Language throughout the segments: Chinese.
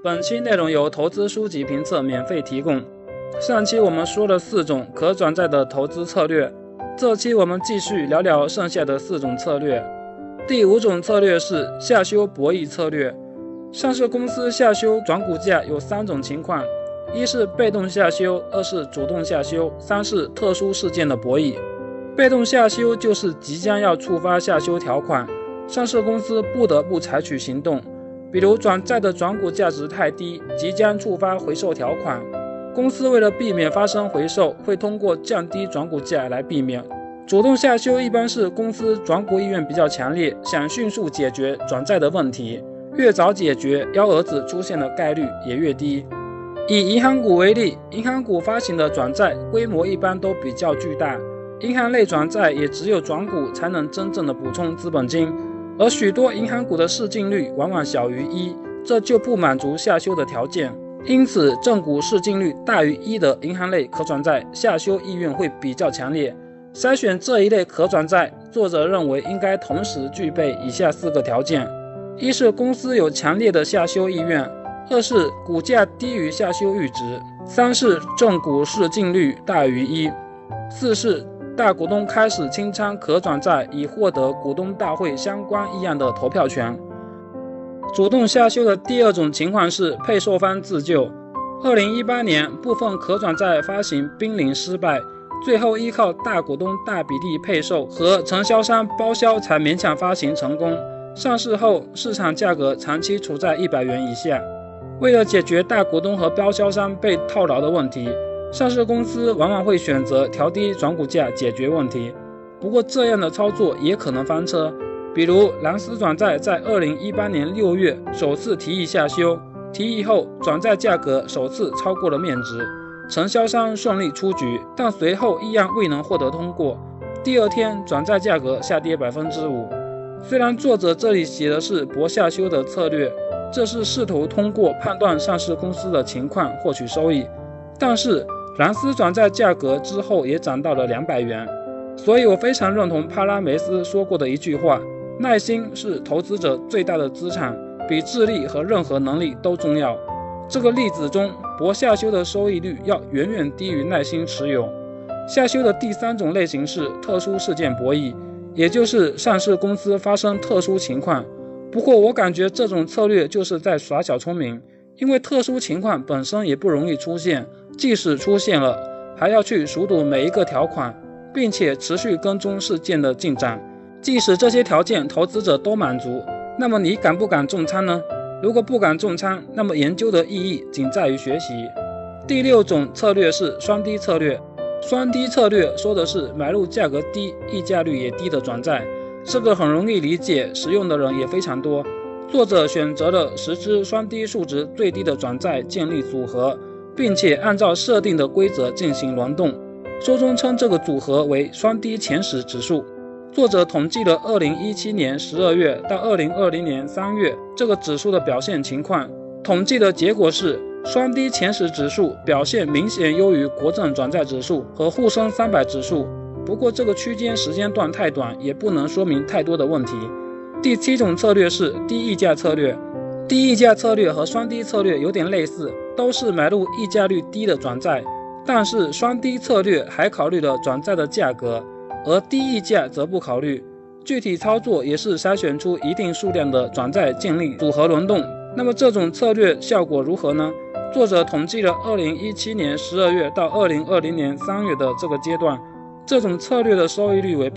本期内容由投资书籍评测免费提供。上期我们说了4种可转债的投资策略，这期我们继续聊聊剩下的4种策略。第5种策略是下修博弈策略。上市公司下修转股价有3种情况，一是被动下修，二是主动下修，三是特殊事件的博弈。被动下修就是即将要触发下修条款，上市公司不得不采取行动，比如转债的转股价值太低，即将触发回售条款。公司为了避免发生回售，会通过降低转股价来避免。主动下修一般是公司转股意愿比较强烈，想迅速解决转债的问题，越早解决，幺蛾子出现的概率也越低。以银行股为例，银行股发行的转债规模一般都比较巨大，银行类转债也只有转股才能真正的补充资本金，而许多银行股的市净率往往小于1，这就不满足下修的条件。因此正股市净率大于1的银行类可转债下修意愿会比较强烈。筛选这一类可转债，作者认为应该同时具备以下4个条件：一是公司有强烈的下修意愿，二是股价低于下修阈值，三是正股市净率大于1，四是大股东开始清仓可转债，以获得股东大会相关议案的投票权。主动下修的第2种情况是配售方自救。2018年，部分可转债发行濒临失败，最后依靠大股东大比例配售和承销商包销才勉强发行成功。上市后，市场价格长期处在100元以下。为了解决大股东和包销商被套牢的问题，上市公司往往会选择调低转股价解决问题。不过这样的操作也可能翻车，比如蓝思转债在2018年6月首次提议下修，提议后转债价格首次超过了面值，承销商顺利出局，但随后议案未能获得通过，第2天转债价格下跌 5%。 虽然作者这里写的是博下修的策略，这是试图通过判断上市公司的情况获取收益，但是蓝思转债价格之后也涨到了200元，所以我非常认同帕拉梅斯说过的一句话：耐心是投资者最大的资产，比智力和任何能力都重要。这个例子中，博下修的收益率要远远低于耐心持有。下修的第3种类型是特殊事件博弈，也就是上市公司发生特殊情况。不过我感觉这种策略就是在耍小聪明，因为特殊情况本身也不容易出现，即使出现了，还要去熟读每一个条款，并且持续跟踪事件的进展。即使这些条件投资者都满足，那么你敢不敢重仓呢？如果不敢重仓，那么研究的意义仅在于学习。第6种策略是双低策略。双低策略说的是买入价格低、溢价率也低的转债，这个很容易理解，使用的人也非常多。作者选择了10只双低数值最低的转债建立组合，并且按照设定的规则进行轮动。书中称这个组合为双低前10指数。作者统计了2017年12月到2020年3月这个指数的表现情况，统计的结果是双低前10指数表现明显优于国证转债指数和沪深300指数，不过这个区间时间段太短，也不能说明太多的问题。第7种策略是低溢价策略。低溢价策略和双低策略有点类似，都是买入溢价率低的转债，但是双低策略还考虑了转债的价格，而低溢价则不考虑。具体操作也是筛选出一定数量的转债建立组合轮动。那么这种策略效果如何呢？作者统计了2017年12月到2020年3月的这个阶段，这种策略的收益率为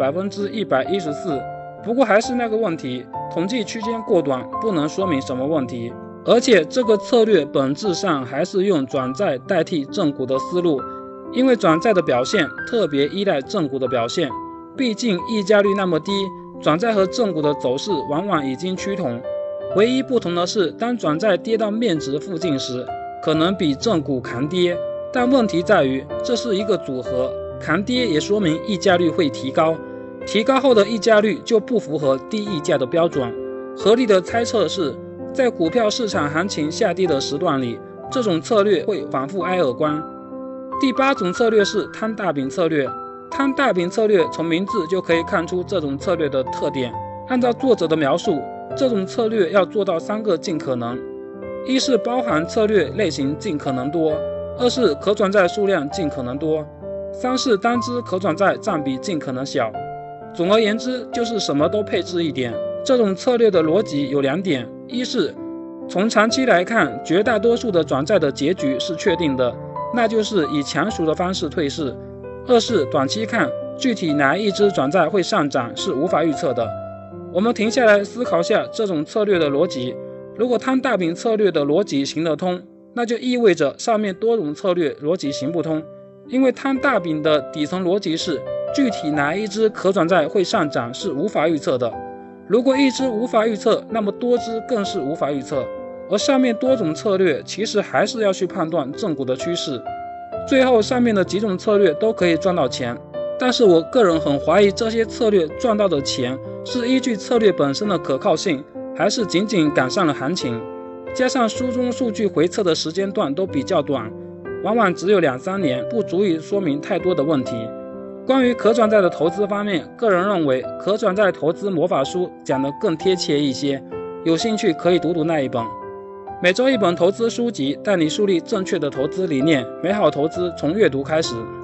114%。 不过还是那个问题，统计区间过短，不能说明什么问题。而且这个策略本质上还是用转债代替正股的思路，因为转债的表现特别依赖正股的表现，毕竟溢价率那么低，转债和正股的走势往往已经趋同。唯一不同的是，当转债跌到面值附近时，可能比正股扛跌，但问题在于这是一个组合，扛跌也说明溢价率会提高，提高后的溢价率就不符合低溢价的标准。合理的猜测是，在股票市场行情下跌的时段里，这种策略会反复挨耳光。第8种策略是摊大饼策略。摊大饼策略从名字就可以看出这种策略的特点。按照作者的描述，这种策略要做到3个尽可能： 一是包含策略类型尽可能多，二是可转债数量尽可能多，三是单只可转债占比尽可能小。总而言之，就是什么都配置一点。这种策略的逻辑有2点：一是从长期来看，绝大多数的转债的结局是确定的，那就是以强赎的方式退市；二是短期看，具体哪一只转债会上涨是无法预测的。我们停下来思考下这种策略的逻辑，如果摊大饼策略的逻辑行得通，那就意味着上面多种策略逻辑行不通，因为摊大饼的底层逻辑是具体哪一只可转债会上涨是无法预测的。如果一只无法预测，那么多只更是无法预测，而上面多种策略其实还是要去判断正股的趋势。最后上面的几种策略都可以赚到钱，但是我个人很怀疑这些策略赚到的钱是依据策略本身的可靠性，还是仅仅赶上了行情，加上书中数据回测的时间段都比较短，往往只有2-3年，不足以说明太多的问题。关于可转债的投资方面，个人认为可转债投资魔法书讲得更贴切一些，有兴趣可以读读那一本。每周1本投资书籍，带你树立正确的投资理念，美好投资从阅读开始。